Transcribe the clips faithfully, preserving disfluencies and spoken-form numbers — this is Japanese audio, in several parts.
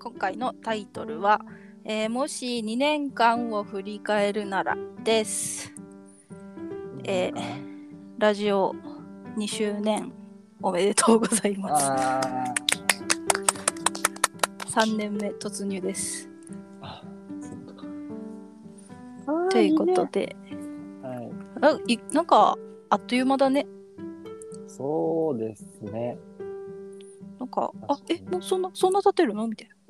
今回のタイトルは、えーもしにねんかんを振り返るならです。えーラジオにしゅうねんおめでとうございます。 あさんねんめ突入です。 あ、そうか。 ということで、 はい、 あいなんかあっという間だね。 そうですね。 なんか、あ、 確かにえ、もうそんな、そんな経ってるのみたいな。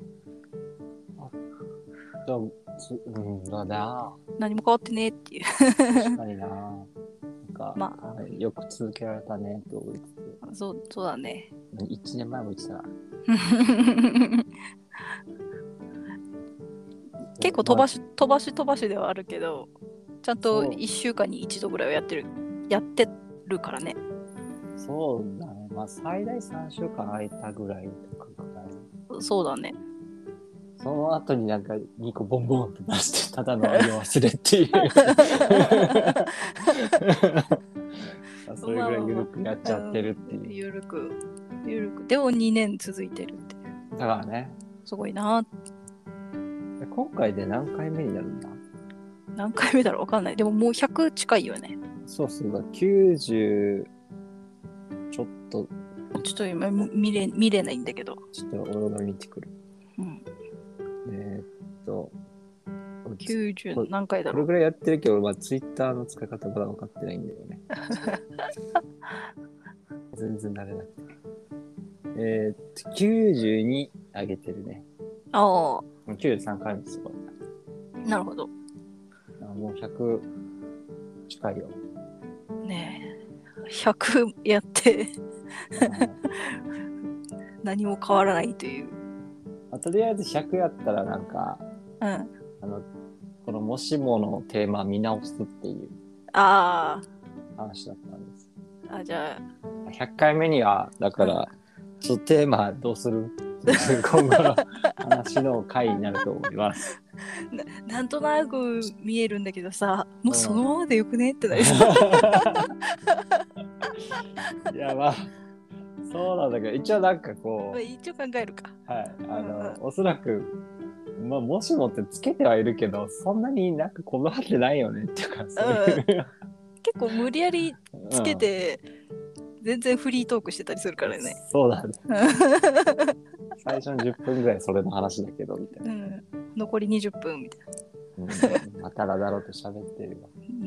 じゃあ、すうんだな。 何も変わってねっていう。 確かにな。なんか、 まあ、よく続けられたねと思いつそう、そうだね。 つ、いちねんまえも言ってたな。 結構飛ばし、飛ばし飛ばしではあるけど、ちゃんとそういっしゅうかんに一度ぐらいはやってる、やってるからね。 そうだね。まあ、最大さんしゅうかん空いたぐらいとかぐらい。 そうだね。 その後になんかにこボンボンって出して、ただのあげ忘れっていう。それぐらい緩くやっちゃってるっていう。 ゆるく、ゆるく。でもにねん続いてるって。 だからね。 すごいな。 今回で何回目になるんだ？ 何回目だろうわかんない。でももうひゃく近いよね。 そうそうだ、きゅうじゅうちょっと、 ちょっと今見れ、見れないんだけど。 ちょっと俺が見てくる。 うん。 えー、っと、 きゅうじゅう何回だろう。 これぐらいやってるけど、まあ、ツイッターの使い方まだ分かってないんだよね。全然慣れなくて。えー、っと、きゅうじゅうに上げてるね。 ああ。 きゅうじゅうさんかいめです、これ。 なるほど。 あ、もうひゃく近いよ。 ねえ。ひゃくやって何も変わらないという。 あ、とりあえずひゃくやったらなんか、 うん。 あの、このもしものテーマ見直すっていうあ話だったんです。 あ。あ、じゃあ。 ひゃっかいめには、だから、ちょっとテーマどうする今後の話の回になると思います。 な, なんとなく見えるんだけどさ、もうそのままでよくねってなりそう。 いや、まあ、そうなんだけど、一応なんかこう、 一応考えるか。 はい、あの、おそらく、まあ、もしもってつけてはいるけど、そんなになんかこだわってないよねっていうか、そういう、 結構無理やりつけて、うん、全然フリートークしてたりするからね。 そうだね。最初のじゅっぷんぐらいそれの話だけどみたいな、うん、 残りにじゅっぷんみたいな、うん、まただだろうと喋ってるよ、 うん、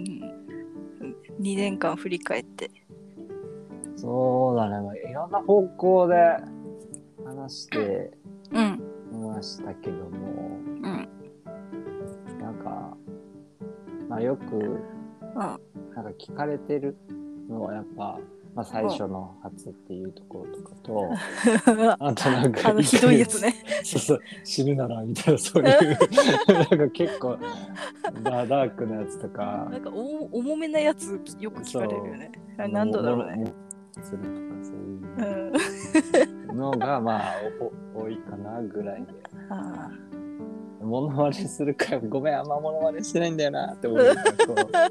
にねんかん振り返って。 そうだね、まあ、いろんな方向で話してましたけども、うん、なんか、まあ、よく、うん、なんか聞かれてるのはやっぱ、まあ、最初の初っていうところとかと、あとなんかあのひどいやつね。 そうそう、死ぬならみたいな、そういうなんか結構ダークなやつとか、なんかお重めなやつよく聞かれるよね。何度だろうね。 するとかそういうのがまあ多いかなぐらいで。ああ、モノマネするかごめん、あんまモノマネしてないんだよなって思うからこう。確か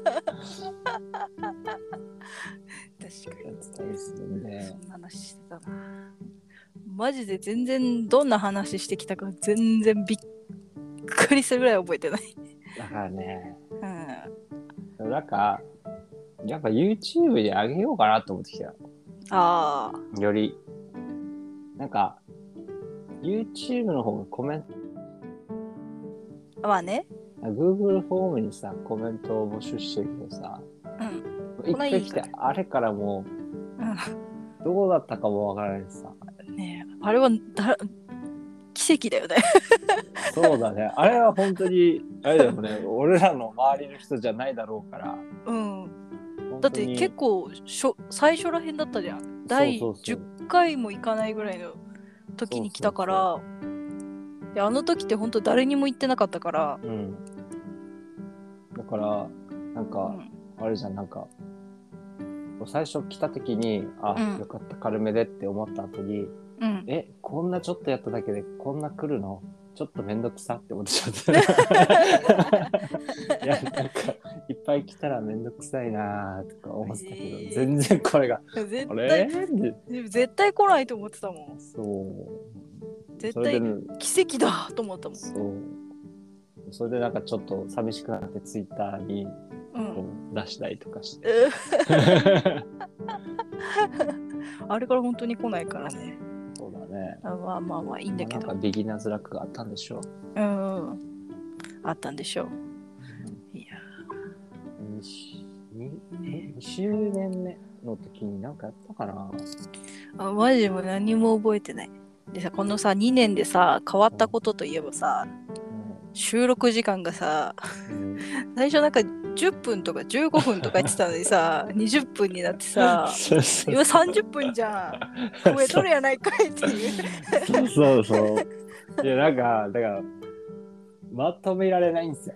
に。やってたりするんで。 そんな話してたな。マジで全然どんな話してきたか全然びっくりするぐらい覚えてない。 だからね。 うん。 なんかやっぱ YouTube で上げようかなと思ってきた。 ああ。よりなんか YouTube の方がコメント。まあね。 Google フォームにさコメントを募集してるけどさ。うん。一回来てあれからもう、うん、どうだったかもわからないしさ。 ねえ、あれはだ奇跡だよね。 そうだね。あれは本当にあれだよね。俺らの周りの人じゃないだろうから。 うん。だって結構しょ最初らへんだったじゃん。だいじゅっかいもいかないぐらいの時に来たから、そうそうそう、いやあの時って本当誰にも言ってなかったから。 うん。だからなんか、うん、あれじゃん、なんか最初来た時にあ、うん、よかった軽めでって思った後に、うん、えこんなちょっとやっただけでこんな来るのちょっとめんどくさって思ってちゃったいやなんかいっぱい来たらめんどくさいなとか思ってたけど、えー、全然これが絶対絶対来ないと思ってたもん。 そう絶対奇跡だと思ったもん。 そうそれでなんかちょっと寂しくなってツイッターに出したりとかして、うん、 あれから本当に来ないからね。 そうだね。 あまあまあまあいいんだけど、 まあ、なんかビギナーズラックがあったんでしょう。うん、あったんでしょう、うん、いやにじゅうねんめの時に何かやったかな。 あ、マジでも何も覚えてない。でさ、このさにねんでさ変わったことといえばさ、うん、収録時間がさ、うん、最初なんかじゅっぷんとかじゅうごふんとか言ってたのにさにじゅっぷんになってさ今さんじゅっぷんじゃん、増えとるやないかいっていうそうそうそういやなんかだからまとめられないんですよ、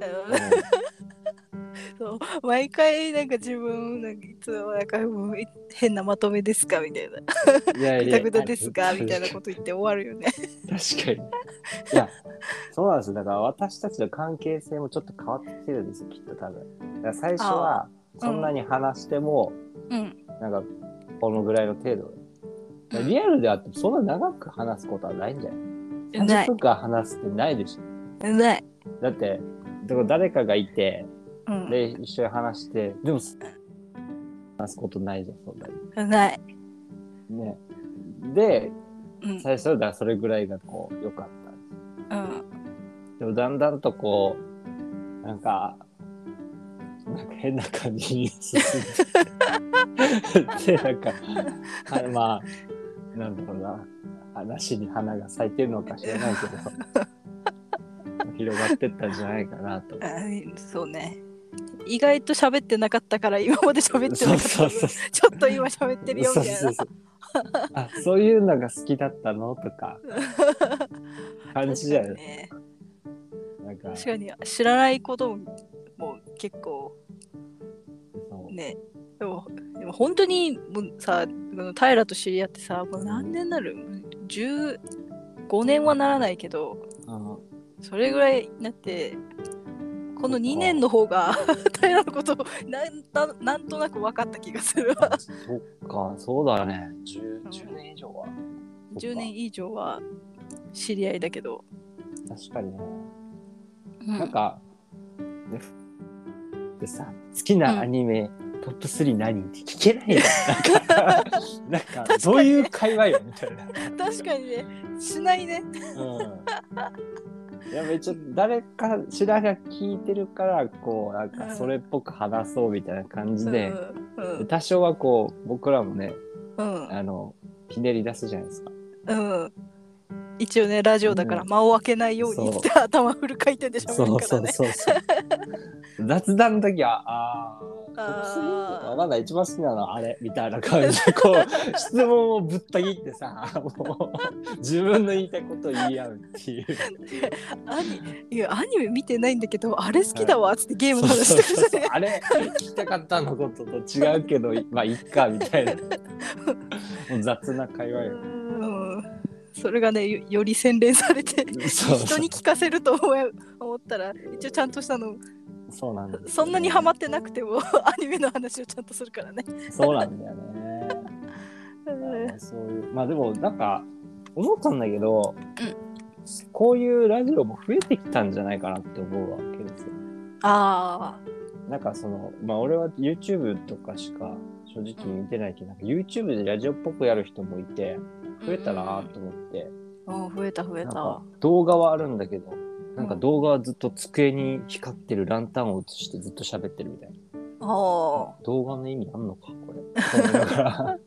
そう毎回なんか自分なんかいつもなんか変なまとめですかみたいなグダグダですかみたいなこと言って終わるよね確かにいやそうなんですよ。だから私たちの関係性もちょっと変わってきてるんですよきっと多分。だから最初はそんなに話しても、うん、なんかこのぐらいの程度、うん、リアルであってそんな長く話すことはないんじゃない？さんじゅっぷんかん話すってないでしょ。 ない。 だって誰かがいて、うん、で一緒に話してでも話すことないじゃんそんなに。ない。 ね。で、うん、最初はそれぐらいがこう良かった。うん、でもだんだんとこうなんかなんか変な感じに進んででなんかまあなんだろうな話に花が咲いてるのか知らないけど広がってったんじゃないかなと。 そうね。意外と喋ってなかったから今まで喋ってなかったそうそうそうちょっと今喋ってるよみたいな。そうそうそうあそういうのが好きだったのとか感じじゃないですか。 なんか確かに知らないことも結構ね。でもでも本当にもうさ平と知り合ってさもう何年になるじゅうごねんはならないけどそれぐらいになってこのにねんの方が平のことをなんと、なんとなく分かった気がするわ。 そっかそうだね 10, 10年以上はじゅうねん以上は知り合いだけど確かにね、うん、なんかでさ好きなアニメ、うん、トップスリー何って聞けないじゃんなんかなんかどういう会話よみたいな確かにねしないね、 うん、いやめっちゃ誰かしらが聞いてるからこうなんかそれっぽく話そうみたいな感じで、うんうん、多少はこう僕らもね、うん、あのひねり出すじゃないですか、 うん、一応ねラジオだから間を空けないようにって頭フル回転で喋るからね。そうそうそうそう雑談の時はああわかんない一番好きなのはあれみたいな感じでこう質問をぶった切ってさもう自分の言いたいことを言い合うっていうアニいやアニメ見てないんだけどあれ好きだわっつってゲームの話してるじゃん。 あれ聞きたかったのことと違うけどまあいっかみたいなもう雑な会話よ。 それがね よ, より洗練されて人に聞かせると思ったら一応ちゃんとしたのそうなんです、ね、 そんなにハマってなくてもアニメの話をちゃんとするからね。 そうなんだよねあそういうまあでもなんか思ったんだけど、うん、こういうラジオも増えてきたんじゃないかなって思うわけですよ。 ああなんかそのまあ俺は YouTube とかしか正直見てないけど、うん、YouTube でラジオっぽくやる人もいて増えたなと思って、 うんうん、増えた増えた。 動画はあるんだけどなんか動画はずっと机に光ってるランタンを映してずっと喋ってるみたいな。あ動画の意味あんのかこれ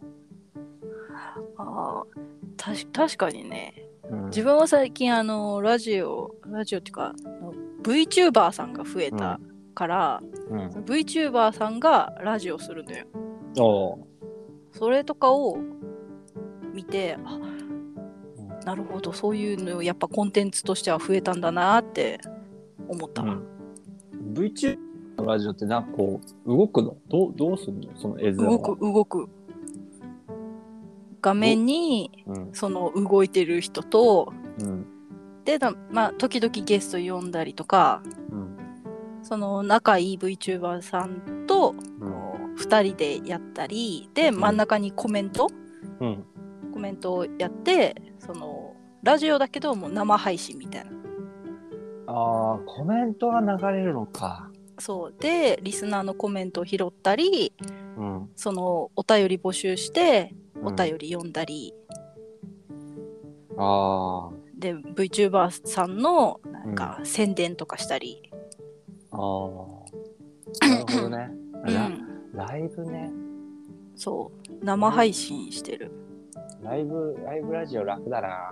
あたし確かにね、うん、自分は最近あのラジオラジオっていうか VTuber さんが増えたから、うんうん、VTuber さんがラジオするのよ。おそれとかを見てあ、うん、なるほどそういうのやっぱコンテンツとしては増えたんだなって思ったわ、うん、 VTuber のラジオってなんかこう動くのどう、どうするのその映像は。 動く動く画面に、うん、その動いてる人と、うん、でまあ時々ゲスト呼んだりとか、うん、その仲いい VTuber さんと、うん、ふたりでやったりで真ん中にコメント、うん、コメントをやってそのラジオだけどもう生配信みたいな。 ああ、コメントが流れるのか。 そうでリスナーのコメントを拾ったり、 うん、 そのお便り募集してお便り読んだり、 うん、ああで VTuber さんのなんか宣伝とかしたり、 うん、ああなるほどね、うん、ラ, ライブね。 そう生配信してる。 ライブライブラジオ楽だな。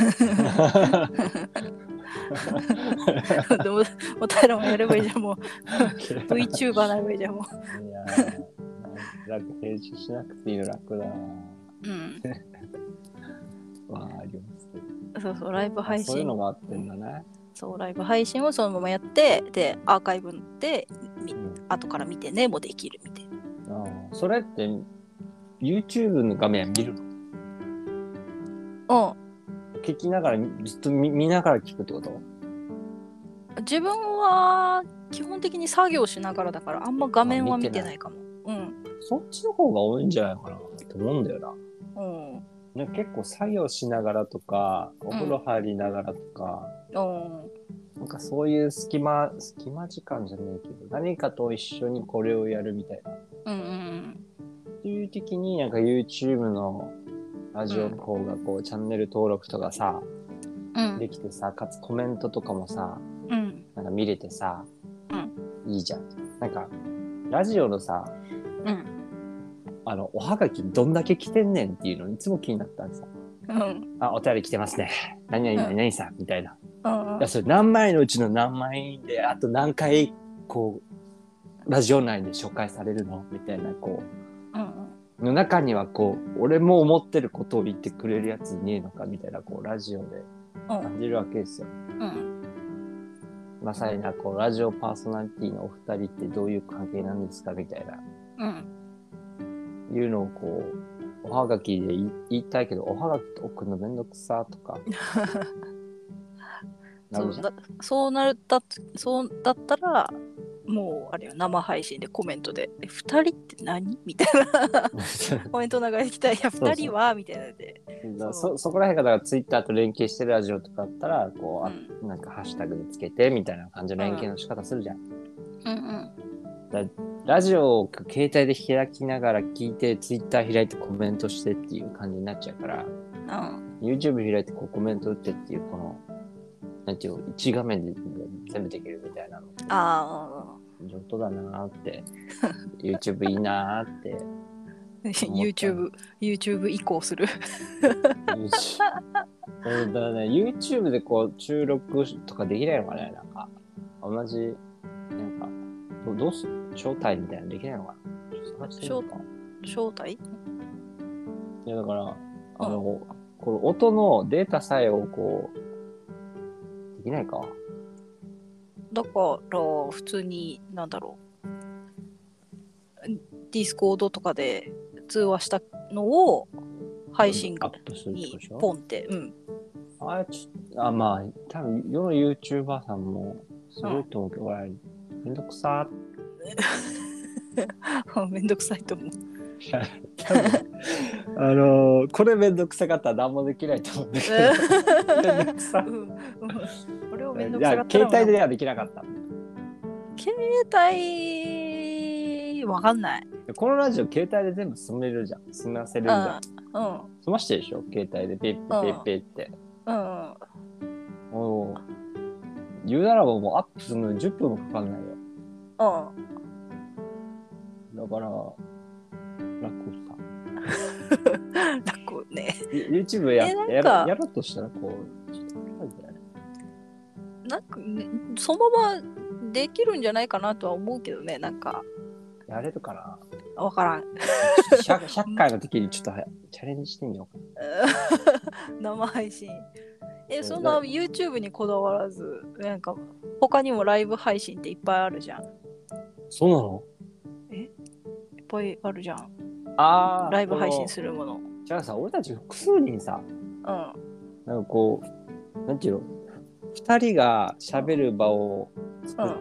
でもおたらもやればいいじゃんもうVTuber なればいいじゃんもう。いや楽編集しなくていいの楽だな。 うんまあありますけど。そうそうライブ配信そういうのがあってんだね。 そうライブ配信をそのままやってでアーカイブで、うん、後から見てねもできるみたいな。 あそれって YouTube の画面見るの？ うん聞きながらずっと 見, 見ながら聞くってこと？ 自分は基本的に作業しながらだからあんま画面は見てないかも。うん。 そっちの方が多いんじゃないかなと思うんだよな。 うん。 なんか結構作業しながらとかお風呂入りながらとか、うん、なんかそういう隙間隙間時間じゃないけど何かと一緒にこれをやるみたいな。うんうん。っていう時になんか YouTube のラジオの方がこう、うん、チャンネル登録とかさ、うん、できてさ、かつコメントとかもさ、うん、なんか見れてさ、うん、いいじゃん。なんかラジオのさ、うん、あのおはがきどんだけ来てんねんっていうのいつも気になったんですよ。うん、あお便り来てますね。何々何々さん、うん、みたいな。うん、いやそれ何枚のうちの何枚であと何回こうラジオ内で紹介されるのみたいなこう。うんの中にはこう俺も思ってることを言ってくれるやついねえのかみたいなこうラジオで感じるわけですよ、うん、まさになこうラジオパーソナリティのお二人ってどういう関係なんですかみたいな、うん、いうのをこうおはがきで言いたいけどおはがき送るのめんどくさとかなるじゃん。そうだ、そうなるだそうだったらもうあれよ生配信でコメントでえふたりって何みたいなコメント流れてきたらいやふたりはみたいなでそ, そこら辺がだからツイッターと連携してるラジオとかだったらこう、うん、なんかハッシュタグでつけてみたいな感じの連携の仕方するじゃん、うんうん、だラジオを携帯で開きながら聞いてツイッター開いてコメントしてっていう感じになっちゃうから、うん、YouTube 開いてこうコメント打ってっていうこのなんていうの一画面で全部できるみたいなのああ上手だなーってYouTube いいなーって YouTube YouTube 移行するそうだね YouTube でこう収録とかできないのかねなんか同じなんか ど, どうする招待みたいなのできないのかな招待いやだからあの、うん、この音のデータさえをこうできないかだから普通になんだろうディスコードとかで通話したのを配信にポンってうんあちあまあ多分世の YouTuber さんもすごいと思うけど、うん、めんどくさめんどくさいと思うあのー、これめんどくさかったら何もできないと思うんだけどめんどくさ、うんうん、これをめんどくさかったら携帯ではできなかった携帯わかんないこのラジオ携帯で全部済めるじゃん済ませるじゃん、うん、済ましてるでしょ携帯でペッペッペッってうん、うん、お言うならばもうアップするのにじゅっぷんもかかんないようんだから楽さ楽ね YouTube や, や, ろやろうとしたらこうちょっと高いじゃないなんか、ね、そのままできるんじゃないかなとは思うけどねなんかやれるかなわからん 100, ひゃっかいの時にちょっとチャレンジしてみようかな生配信えそんな YouTube にこだわらずなんか他にもライブ配信っていっぱいあるじゃんそうなのえいっぱいあるじゃんあライブ配信するものじゃあさ俺たち複数人さ、うん、なんかこうなんていうのふたりが喋る場を作って、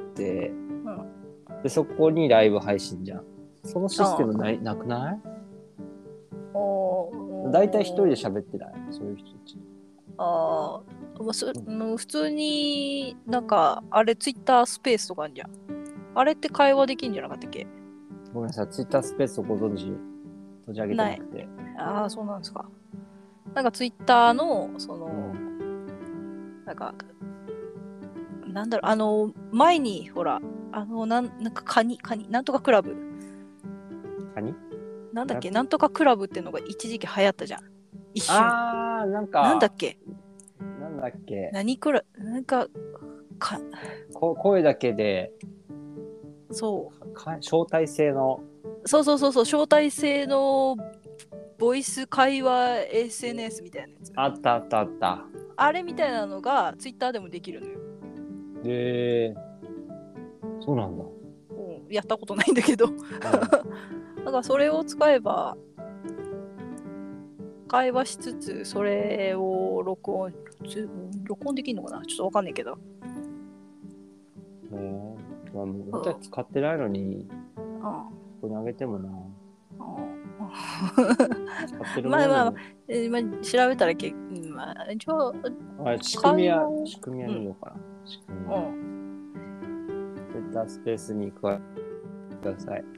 うんうん、でそこにライブ配信じゃんそのシステムない、なくない？おだいたい一人で喋ってないそういう人たちああ、もうす、もう普通になんか、あれツイッタースペースとかあるじゃん。あれって会話できんじゃなかったっけ？ ごめんなさい、ツイッタースペースをご存知、閉じ上げてなくて。 ああ、そうなんですか。なんかツイッターの、その、うん、なんか、なんだろう、あの、前に、ほら、あの、なん、なんかカニ、カニ、なんとかクラブ。 カニなんだっけ、なんとかクラブっていうのが一時期流行ったじゃん。一瞬。 あー、なんか、 なんだっけなんだっけ何クラ、なんか、か、 こ声だけで、 そうか招待制の、 そうそうそうそう、招待制のボイス会話 エスエヌエス みたいなやつ。 あったあったあった。 あれみたいなのがツイッターでもできるのよ。 へえー、そうなんだ。 うん、やったことないんだけど。うん、だからそれを使えば、会話しつつ、それを録音、録音できるのかなちょっとわかんないけど。 へえー、まあ、僕たち使ってないのに、ここにあげてもな。使ってるものでもまあまあ、 えまあ、調べたらけ、まあ、一応、 あ、仕組みは、仕組みは見ようかな。うん、仕組みは。うん。ツイッタースペースに加えてください。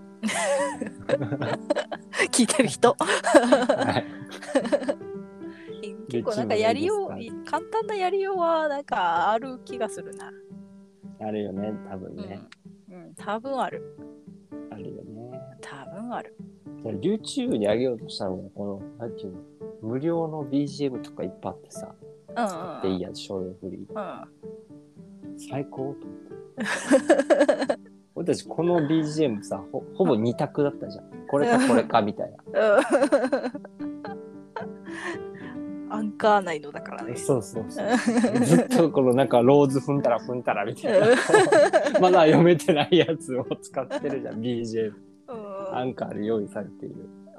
聞いてる人。はい。結構なんかやりよう、簡単なやりようはなんかある気がするな。 あるよね、多分ね。 うん、うん、多分ある。 あるよね。 多分ある。 YouTube に上げようとしたらもうこの、なんていうの、無料の ビージーエム とかいっぱいあってさ、 うんうん、 使っていいやつ、商用フリー。うん、最高と思って。俺たちこの ビージーエム さ、ほ, ほぼに択だったじゃん。これかこれかみたいな。 アンカー内のだからね。 そうそうそう。ずっとこのなんかローズ踏んたら踏んたらみたいな。まだ読めてないやつを使ってるじゃん、ビージーエム。アンカーで用意されている。うん、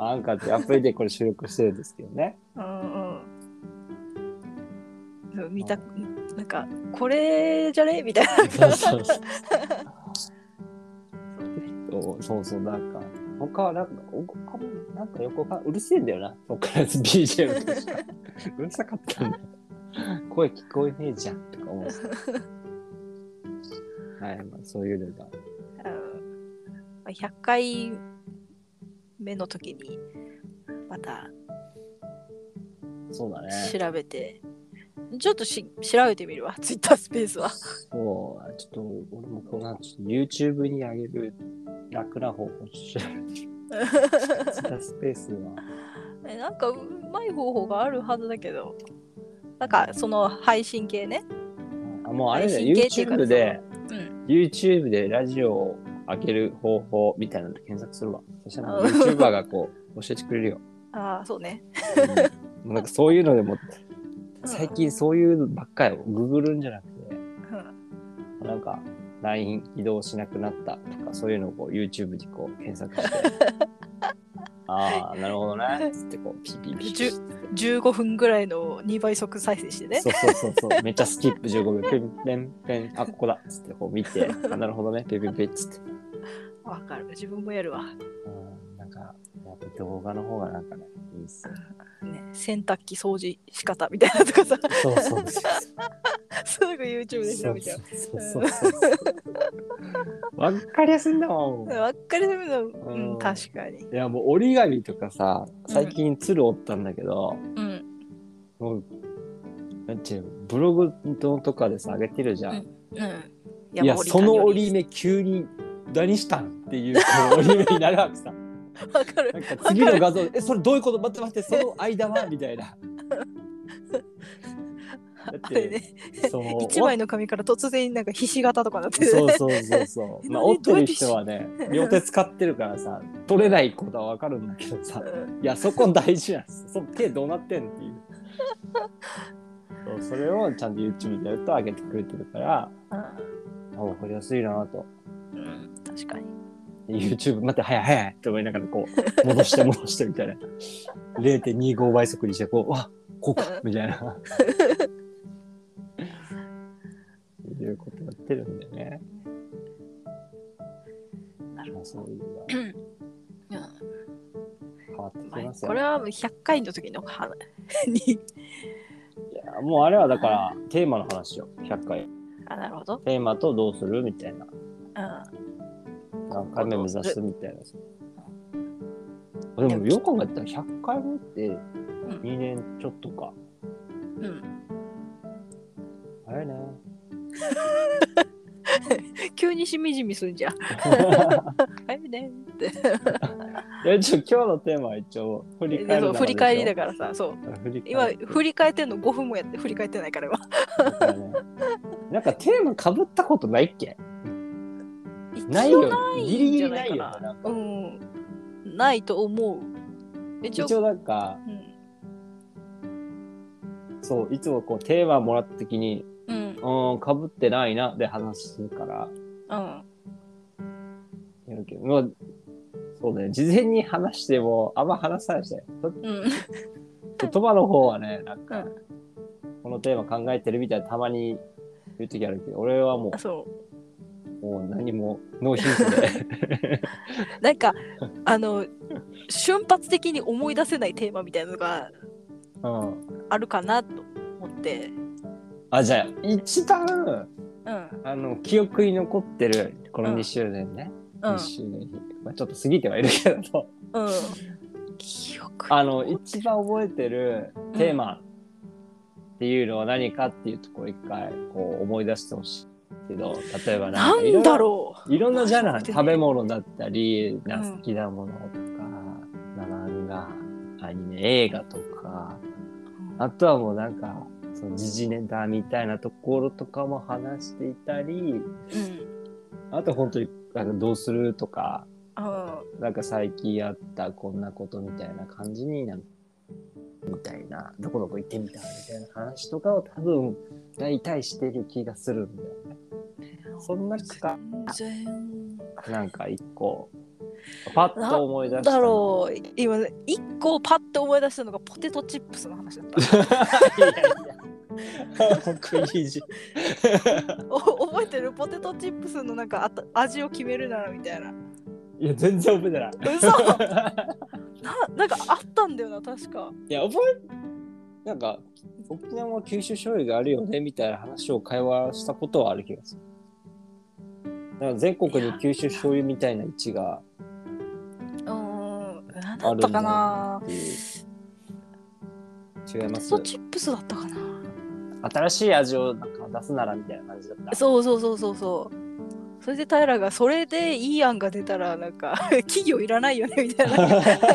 アンカーってアプリでこれ収録してるんですけどね。うんうん。見た、なんか、これじゃねみたいな。 そうそうそう。そうそう、なんか、他はなんか、他もなんかよくわかんうるせえんだよな、そっから ビージーエム とか。うるさかったんだよ。声聞こえねえじゃん、とか思う。はい、まあそういうのが。 ひゃっかいめの時に、また、 そうだね。 調べて、ちょっとし調べてみるわ、ツイッタースペースは。 そう、ちょっと俺もこうなんちょっと YouTube に上げる楽な方法調べて。ツイッタースペースは。 え、なんかうまい方法があるはずだけど、なんかその配信系ね。 あ、もうあれだよ、YouTube で、うん、YouTube でラジオを上げる方法みたいなので検索するわ。そしたら YouTuber がこう教えてくれるよ。 ああ、そうね。 うん、なんかそういうのでも、最近そういうのばっかりをググるんじゃなくて、うん、なんか ライン 起動しなくなったとかそういうのをこう YouTube にこう検索してああなるほどねつってこうピピピピじゅうごふんぐらいのにばい速再生してね。 そうそうそうそうめっちゃスキップじゅうごびょうペンペンペンあここだつってこう見てあなるほどねペピピつってわかる自分もやるわ。 うんなんかやっぱ動画の方がなんかねいいっすよね。洗濯機掃除仕方みたいなとかさそうそうそうすぐ YouTube で調べちゃう。 そうそうそうそうわかりやすいんだもん。 わかりやすいんだもん。うん、確かに。 いやもう折り紙とかさ、最近鶴折ったんだけど、うん、もうなんていうのブログとかでさ上げてるじゃん。うん。うん、いやその折り目急に何したんっていう折り目になるわけさ。 わかる。 なんか次の画像えそれどういうこと待って待ってその間はみたいな。 だってね、一枚の紙から突然なんかひし形とかなって、ね、 そうそうそうそうまあ折ってる人はね両手使ってるからさ取れないことは分かるんだけどさ、うん、いやそこ大事なんですその手どうなってんっていうそうそれをちゃんと YouTube でやると上げてくれてるから、うん、分かりやすいなと、 うん、確かに YouTube 待って早い早いって思いながらこう戻して戻してみたいな れいてんにご 倍速にしてこうわこうかみたいないうことやってるんだよね。 なるほど。 そういうのが。 変わってきますよ、 これはひゃっかいの時の話にいやもうあれはだからテーマの話よ。ひゃっかい。 あ、なるほど。 テーマとどうするみたいな。 うん。 何回目目指すみたいな。でもよく考えたらひゃっかいめってにねんちょっとか。 うん。 あれね。 急にしみじみすんじゃん。はいねって。 いや一応今日のテーマは一応振り返る。 振り返りだからさ、そう。今振り返ってんのごふんもやって振り返ってないから今。 ね、なんかテーマかぶったことないっけ？ ないよ。 ギリギリないよな。 うん。ないと思う。 一応なんか、うん、そういつもこうテーマもらった時に。うん、かぶってないなで話するから。うん。やるけど、まあ、そうね、事前に話してもあんま話さないしね。うん。言葉の方はね、なんか、うん、このテーマ考えてるみたいなたまに言う時あるけど、俺はもう、そうもう何もノーヒントで。 なんか、あの、瞬発的に思い出せないテーマみたいなのがあるかなと思って。 あ、じゃあ一番、うん、あの記憶に残ってるこのにしゅうねんね、うん、にしゅうねん、まあ、ちょっと過ぎてはいるけど、うん、記憶あの一番覚えてるテーマっていうのは何かっていうところを一回こう思い出してほしいけど、例えばなんかなんだろういろんなジャンル、食べ物だったり、な好きなものとか、うん、漫画、アニメ、映画とか、あとはもうなんかその時事ネタみたいなところとかも話していたり、うん、あと本当になんかどうするとか、なんか最近あったこんなことみたいな感じになんかみたいな、どこどこ行ってみたみたいな話とかを多分大体してる気がするんだよね。そんなかなんか一個パッと思い出したなんだろう、今一個パッと思い出したのがポテトチップスの話だった。いやいや食い意地覚えてる？ポテトチップスのなんか味を決めるならみたいな。 いや全然覚えてない。 嘘な, なんかあったんだよな確か。 いや覚えなんか沖縄は九州醤油があるよねみたいな話を会話したことはある気がする。だから全国に九州醤油みたいな位置があるんだなっていう。 違います。 ポテトチップスだったかな。 新しい味をなんか出すならみたいな感じだった。 そうそうそうそうそう。それで平がそれでいい案が出たらなんか企業いらないよねみたいな。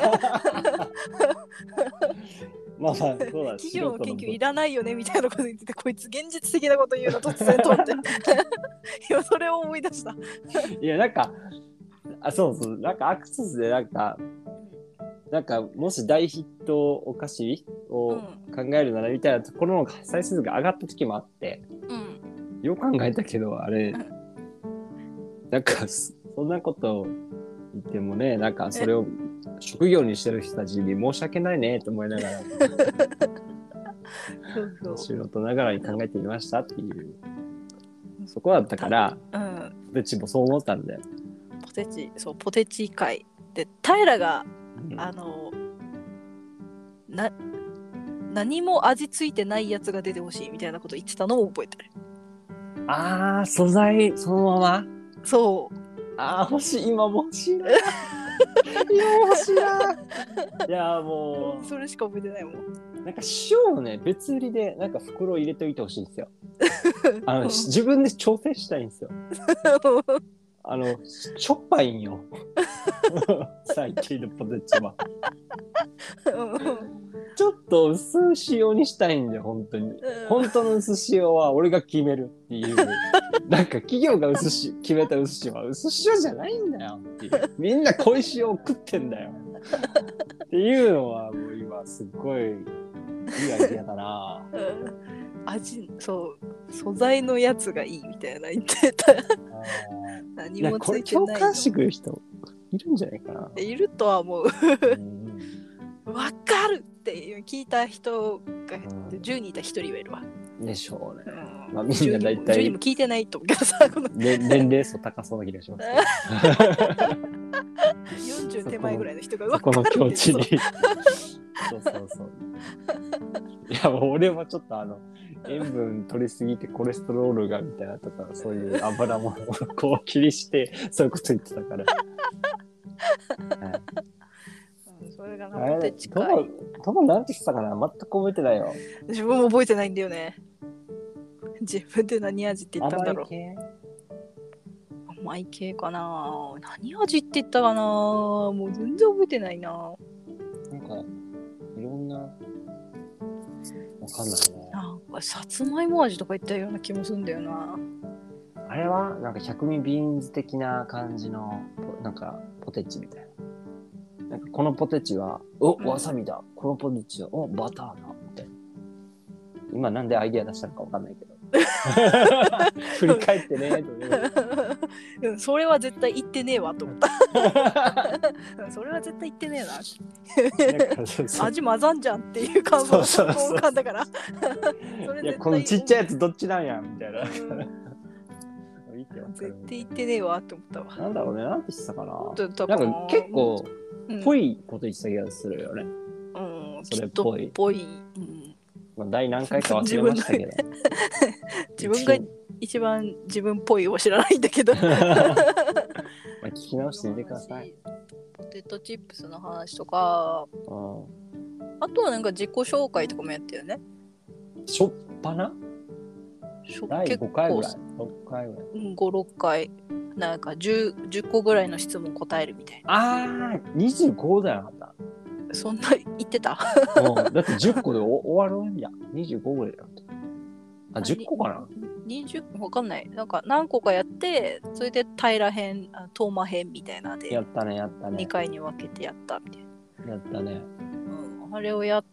まあまあそうだ。 企業の研究いらないよねみたいなこと言ってて、こいつ現実的なこと言うの突然と思って。今それを思い出した。 いやなんかあそうそうなんかアクセスでなんか。なんかもし大ヒットお菓子を考えるならみたいなところの再生数が上がった時もあって、うん、よく考えたけどあれ、うん、なんかそんなこと言ってもね、なんかそれを職業にしてる人たちに申し訳ないねと思いながらそうそう素人ながらに考えてみましたっていうそこだったから、うん、ポテチもそう思ったんだよ。 ポテチそうポテチ会で平があのな何も味ついてないやつが出てほしいみたいなこと言ってたのを覚えてる。 あー素材そのまま。 そうあー欲しい今も欲しいないや欲しいないやもうそれしか覚えてないもん。 なんか塩をね別売りでなんか袋入れておいてほしいんですよ。あの自分で調整したいんですよ。あのしょっぱいんよ最近のポテチはちょっと薄塩にしたいんだよ本当に、うん、本当の薄塩は俺が決めるっていうなんか企業が薄し決めた薄塩は薄塩じゃないんだよっていうみんな濃い塩を食ってんだよっていうのはもう今すっごいいいアイデアだな、うん、 味そう素材のやつがいいみたいな言ってた何もついてないの。いやこれ共感してくる人いるんじゃないかな。 いるとは思う。うん、わかるって聞いた人がじゅうにんいたらひとりはいるわ。 でしょうね。うんまあ、みんな大体じゅうにんも聞いてないと思うけどさ、この年齢層高そうな気がします、ね。 よんんじゅう手前ぐらいの人が分かるんでこの境地にそうそうそういやもう俺もちょっとあの塩分取りすぎてコレステロールがみたいなとかそういう油もこう気にしてそういうこと言ってたから、はいうん、それがなポテチかいトモなんて言ってたかな全く覚えてないよ。 自分も覚えてないんだよね。自分で何味って言ったんだろう。 甘い系甘い系かな。何味って言ったかな。もう全然覚えてないな。 なんかいろんなわかんないね。 なんかさつまいも味とか言ったような気もするんだよな。 あれはなんか百味ビーンズ的な感じのなんかポテチみたいな。なんかこのポテチはおわさびだ、うん、このポテチはおバターだみたいな。今なんでアイデア出したのかわかんないけど。振り返ってねうん、それは絶対言ってねえわと思ったそれは絶対言ってねえなそうそう味混ざんじゃんっていう感想が浮かんだからそれいやこのちっちゃいやつどっちなんやみたいな絶対言ってねえわって思ったわ。 なんだろうね、なんて言ってたかな。なんか結構ぽいこと言ってた気がするよね。 うん、 それっぽい。 ぽい。うんまあ、第何回か忘れましたけど自分が一番自分っぽいを知らないんだけどまあ聞き直してみてください。 ポテトチップスの話とか、 うん、 あとはなんか自己紹介とかもやったよね。 しょっぱなだいごかいぐらいろっかいぐらい、 うん、ご、ろっかいなんか 10, じゅっこぐらいの質問答えるみたいな。 あーにじゅうごだよまたそんな言ってたうん、だってじゅっこで終わるんや。にじゅうごぐらいだって。あ、じゅっこかな ? にじゅう わかんない。なんか何個かやって、それで平編、遠間編みたいなで。 やったね、やったね。 にかいに分けてやったみたいな。やったね。 うん、あれをやった。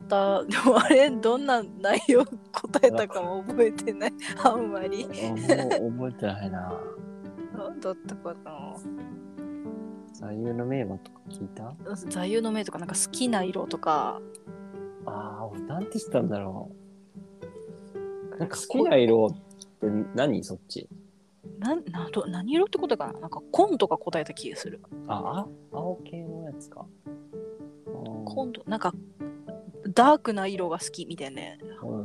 でもあれ、どんな内容答えたかも覚えてない。あんまり。 もう覚えてないな。 何だったかな。 座右の銘はとか聞いた？ 座右の銘とかなんか好きな色とか。 ああ、なんて言ったんだろう。なんか好きな色って何そっち？ ななど何色ってことかな。なんか紺とか答えた気がする。 ああ、青系のやつか。 紺となんかダークな色が好きみたいなね。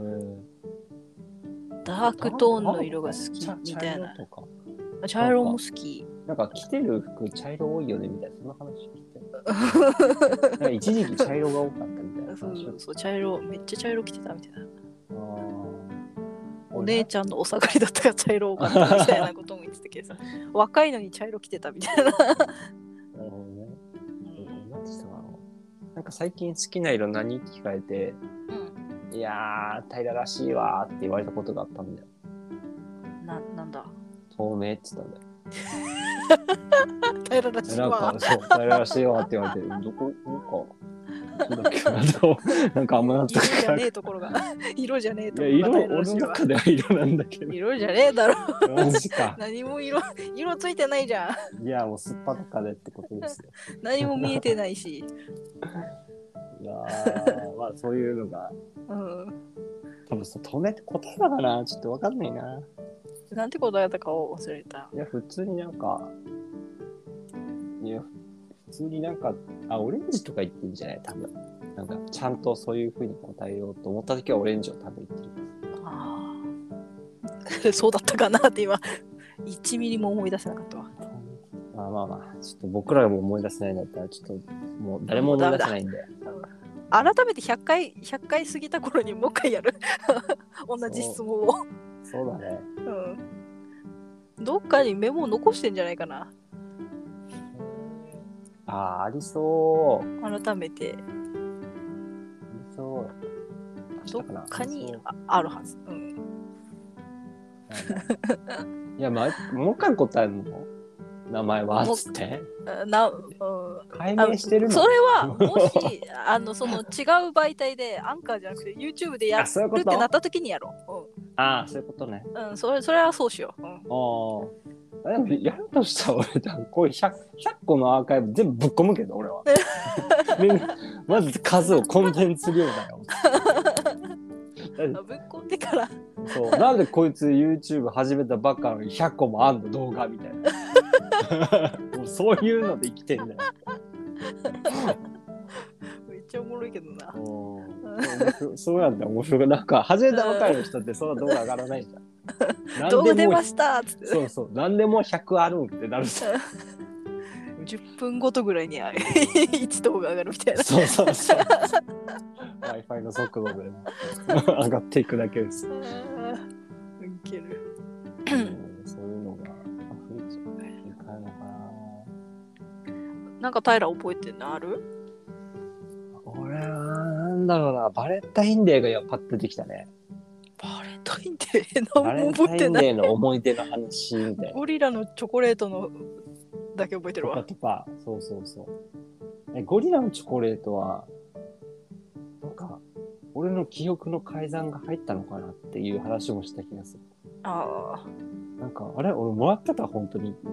ダークトーンの色が好きみたいな。茶色とか。茶色も好き。 なんか着てる服茶色多いよねみたいなそんな話聞いてなんか一時期茶色が多かったみたいなそうそうそう茶色めっちゃ茶色着てたみたいな。あお姉ちゃんのお下がりだったから茶色多かったみたいなことも言ってたけどさ若いのに茶色着てたみたいな。なるほどね。 うん、なんてしたかな。なんか最近好きな色何って聞かれて、うん、いやー平らしいわーって言われたことがあったんだよ。 ななんだ。 透明って言ったんだよ。 平らしいわ。 なんかそう平らしいわって言われてどこなんかそうだっけななんかあんまなった色じゃねえところが色じゃねえところが色俺の中では色なんだけど色じゃねえだろマジか何も色色ついてないじゃん。いやもうすっぱだかでってことですよ。 何も見えてないし。 いやまあそういうのが、うん、多分さ透明って答えだかなちょっとわかんないな。 なんて答えたかを忘れた。 いや普通になんかいや普通になんかあオレンジとか言ってんじゃない多分。なんかちゃんとそういう風に答えようと思った時はオレンジを多分言ってる。ああそうだったかなって今いちミリも思い出せなかったわ。 まあまあまあちょっと僕らも思い出せないんだったらちょっともう誰も思い出せないんで。 改めてひゃっかいひゃっかい過ぎた頃にもう一回やる同じ質問を。 そうだね。 うん。どっかにメモを残してんじゃないかな。 ああ、ありそう。 改めて。 ありそう。 どっかに あ, あるはず。うん。 いや、まあ、もう一回答えるの名前はつってな、うん、 解明してるのそれはもしあのその違う媒体でアンカーじゃなくて YouTube でやるってなった時にやろう。うん、 ああそういうことね。 うんそれそれはそうしよう。うん、 ああでもやるとしたら俺こういう 100, ひゃっこのアーカイブ全部ぶっ込むけど俺はまず数をコンテンツ量だよぶっ込んでからそうなんでこいつ YouTube 始めたばっかのにひゃっこもあんの動画みたいなもうそういうので生きてんだよめっちゃおもろいけどな。 おそうなんだ、面白い。なんか始めたばかりの人ってそんな動画上がらないじゃん。 動画出ましたっつって。 そうそう、何でもひゃくあるんってなるじゃん。 じゅっぷんごとぐらいにいち動画上がるみたいな。 そうそうそう。Wi-Fi の速度で上がっていくだけです。 ウケる。 そういうのが増えちゃうね。いかんのかな。 なんか平覚えてるのある？ 俺はなんだろうな、バレンタインデーがやっぱ出てきたね。 バレンタインデー何も覚えてない。 バレンタインデーの思い出の話みたいな。 ゴリラのチョコレートのだけ覚えてるわ。 とかとか、そうそうそう。え、ゴリラのチョコレートは、なんか、俺の記憶の改ざんが入ったのかなっていう話もした気がする。 ああ。 なんか、あれ俺もらってた本当にみ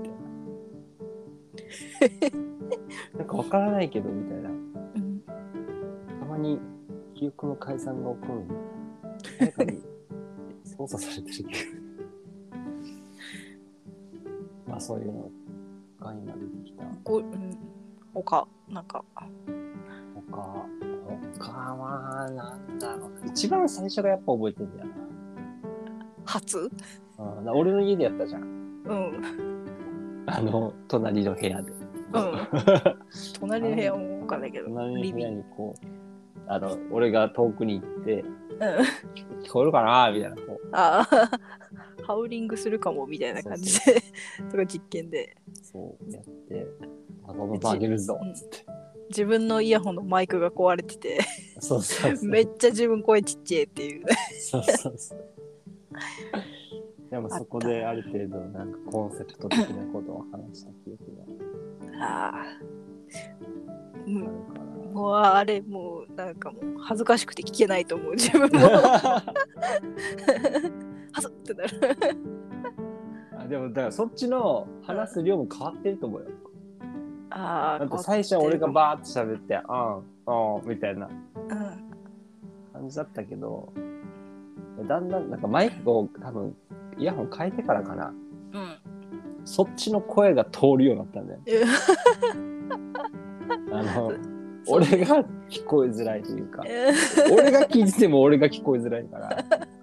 たいな。なんかわからないけど、みたいな。うん、たまに記憶の改ざんが起こるみたいな。誰かに操作されてるけど。まあそういうのが今出てきた。 ご、うん、他、なんか。 他、他はなんだろう。一番最初がやっぱ覚えてんだよな。 初？ うん、俺の家でやったじゃん。 うん。 あの、隣の部屋で。 うん。隣の部屋も分かんないけど。 隣の部屋にこう、あの、俺が遠くに行って、うん、聞こえるかなみたいな。こうああ、ハウリングするかもみたいな感じで、とか実験で。 そうやって、あのままあげるぞっつって。 自分のイヤホンのマイクが壊れてて、 そうそうそう。 めっちゃ自分声ちっちゃいっていう。 そうそうそう。でもそこである程度なんかコンセプト的なことを話した記憶がああ、うん、もうあれもうなんかもう恥ずかしくて聞けないと思う自分もはずってなるあでもだからそっちの話す量も変わってると思うよ。 ああ、 だって最初は俺がバーって喋ってあんあんみたいな感じだったけど、うん、だんだんなんかマイクを多分イヤホン変えてからかな、うん、そっちの声が通るようになったんだよあの俺が聞こえづらいというか俺が聞いてても俺が聞こえづらいから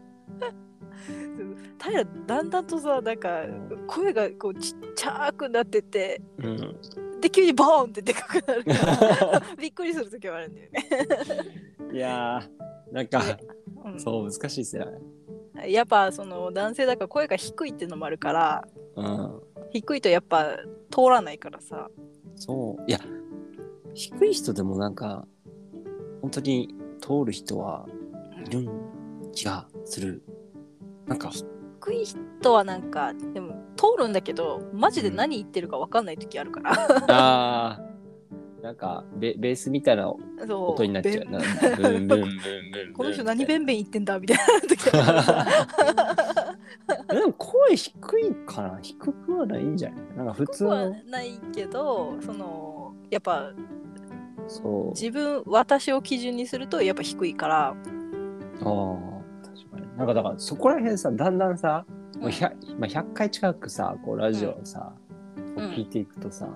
平だんだんとさなんか声がこうちっちゃくなってて、うん、で急にボーンってでかくなるからびっくりする時はあるんだよねいやーなんか、うん、そう難しいっすよね。 やっぱその男性だから声が低いっていうのもあるから、うん、低いとやっぱ通らないからさ。 そういや低い人でもなんか本当に通る人はいるん気がする。なんか低い人はなんかでも通るんだけどマジで何言ってるか分かんない時あるから、うん、あーなんか ベ, ベースみたいな音になっちゃうな。ブンブンブンブンこの人何ベンベン言ってんだみたいな時あるでも声低いかな。低くはないんじゃない。なんか普通の低くはないけどそのやっぱそう自分私を基準にするとやっぱ低いから。ああ確かに。なんかだからそこら辺さだんだんさ、うん、ひゃく、まあ、ひゃっかい近くさこうラジオをさ、うん、聞いていくとさ、うん、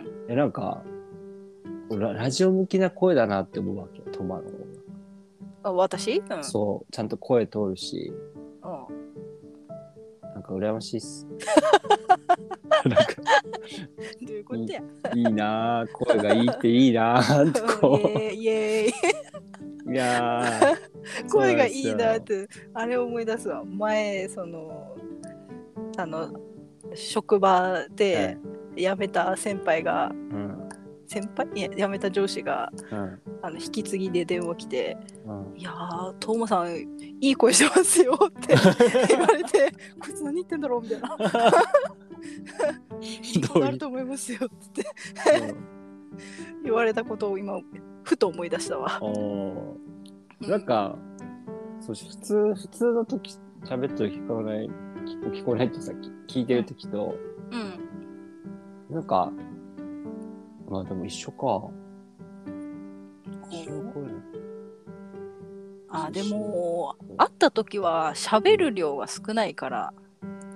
えなんかラ, ラジオ向きな声だなって思うわけよ、トマの方が。 あ、私、うん、 そう、ちゃんと声通るし、うん、なんか羨ましいっす。なんかどういうことや。 いい, いいなぁ、声がいいっていいなぁってこう。 イエーイイエーイ。いやー声がいいなってあれ思い出すわ。前そのあの職場で辞めた先輩が。うん先輩いや辞めた上司が、うん、あの引き継ぎで電話来て、うん、いやートーマさんいい声してますよって言われてこいつ何言ってんだろうみたいないい声があると思いますよって言われたことを今ふと思い出したわ。 なんか、うん、そう普通普通の時喋ってる聞こえない聞こえないってさ聞いてる時と、うん、なんかまあでも一緒か。一緒声。 あ、でも会った時は喋る量が少ないから。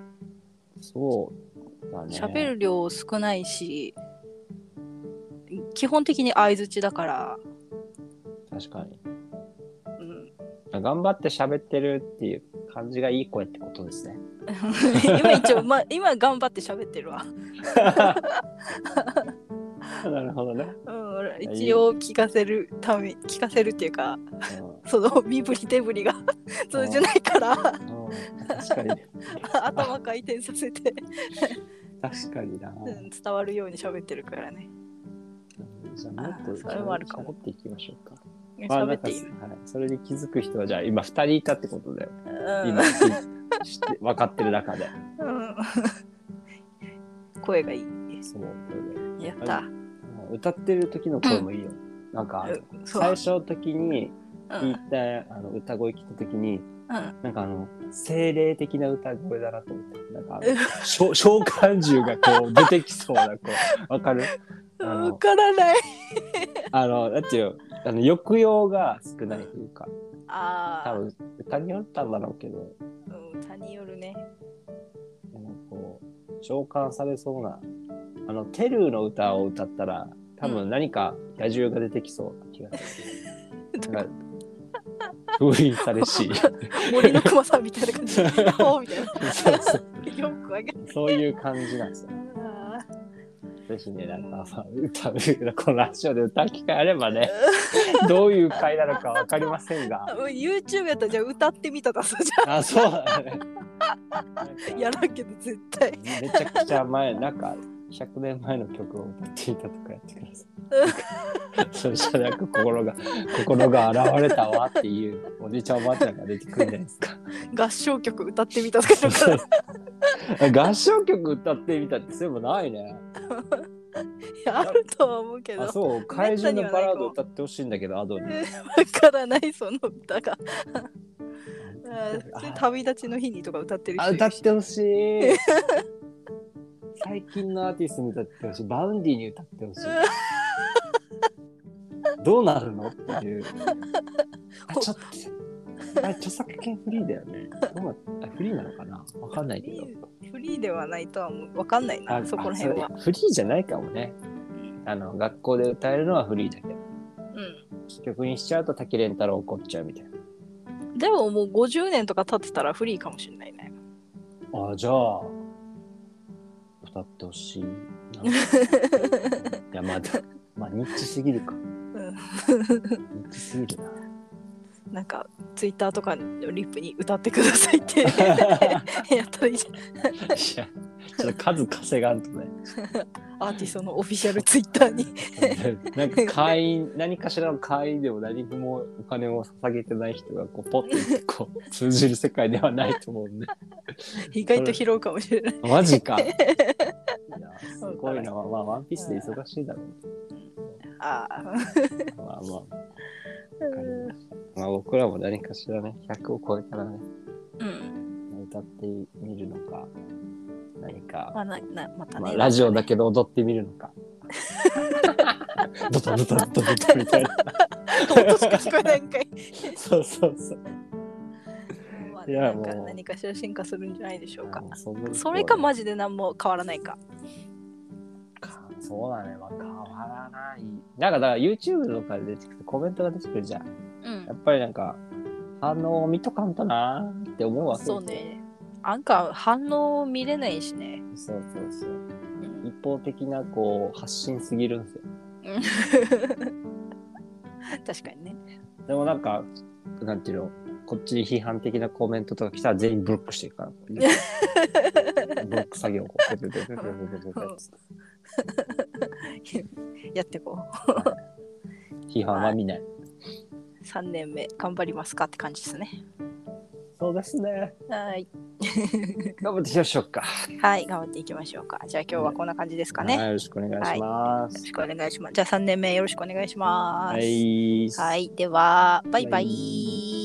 そうだね。 喋る量少ないし、 基本的に相づちだから。 確かに。うん。頑張って喋ってるっていう感じがいい声ってことですね。 今一応、ま、今頑張って喋ってるわ。 なるほどね。 うん、一応聞かせるため聞かせるっていうか、うん、その身振り手振りが通じないから、うん、 確かに、ね、 頭回転させて確かにな、 うん、伝わるように喋ってるからね。 じゃあもっとそれもあるかも。 喋っていきましょうか。 喋っていい、 まあはい、それに気づく人はじゃあ今ふたりいたってことで、うん、今知って分かってる中で、うん、 声がいい。 そう声やった。 歌ってる時の声もいいよ。うん、なんか最初の時に聞いた、うん、あの歌声聞いた時に、うん、なんかあの精霊的な歌声だなと思って、なんかあの召喚獣がこう出てきそうなこうわかる？ わからない。 あのなんていうあの抑揚が少ないというか、あ多分歌によったんだろうけど、 うん、歌によるね。 でもこう召喚されそうなあのテルーの歌を歌ったら多分何か野獣が出てきそうな気がする。なんか封印されし森の熊さんみたいな感じでみたいなそうそうよくわかるそういう感じなんですよ。ぜひね、なんか歌うこのラジオで歌う機会あればねどういう回なのかわかりませんが YouTube やったらじゃあ歌ってみただそうじゃん。 あ、そうだねやらんけど絶対めちゃくちゃ前なんかひゃくねんまえの曲を歌っていたとかやってくださいそしたらなんか心が心が現れたわっていうおじいちゃんおばあちゃんが出てくるんじゃないですか。 合唱曲歌ってみたとかそうそう合唱曲歌ってみたってそういえばないね。 いやあるとは思うけど。 あ、そう怪獣のバラード歌ってほしいんだけどアドにわからないその歌が旅立ちの日にとか歌ってる人いるし。あ、歌ってほしい最近のアーティストに歌ってほしい。バウンディに歌ってほしいどうなるのっていうあちょっとあれ著作権フリーだよね。どうあフリーなのかなわかんないけどフリーではないとはわかんないな。そこら辺はフリーじゃないかもね。あの学校で歌えるのはフリーだけど、うん、曲にしちゃうと滝廉太郎怒っちゃうみたいな。 でももうごじゅうねんとか経ってたらフリーかもしれないね。 あ、じゃあ歌ってほしいないやまだまあニッチすぎるか、うん、ニッチすぎるな。 なんかツイッターとかのリップに歌ってくださいってやったらいいじゃん。いやちょっと数稼がんとねアーティストのオフィシャルツイッターになんか会員何かしらの会員でも何もお金を捧げてない人がこうポッてこう通じる世界ではないと思うんで意外と拾うかもしれない。 マジかいやすごいな。まあワンピースで忙しいだろう、ね、ああまあまあわかりました。まあ僕らも何かしらねひゃくを超えたらね、うん、歌ってみるのか何か、まあななまたねまあ、ラジオだけど踊ってみるのかドタドタドタドタみたいな音しか聞こえないんかいそうそうそうまあ、いやもう何かしら進化するんじゃないでしょうか。そ, それかマジで何も変わらないか。 そうだね、まあ、変わらない。なんかだから YouTube とかで出てくるコメントが出てくるじゃん、うん、やっぱりなんか反応を見とかんとなーって思うわけ。 そうね、なんか反応見れないしね。 そうそうそう、うん、一方的なこう発信すぎるんですよ確かにね。 でもなんかなんていうのこっちに批判的なコメントとか来たら全員ブロックしていくからブロック作業をこうやってこう批判は見ない。 さんねんめ頑張りますかって感じですね。 そうですね。 はい。 頑張っていきましょうか。 はい、頑張っていきましょうか。じゃあ今日はこんな感じですかね。 はい、よろしくお願いします。 はい、よろしくお願いします。じゃあさんねんめよろしくお願いします。 はい。 はい、ではバイバイ。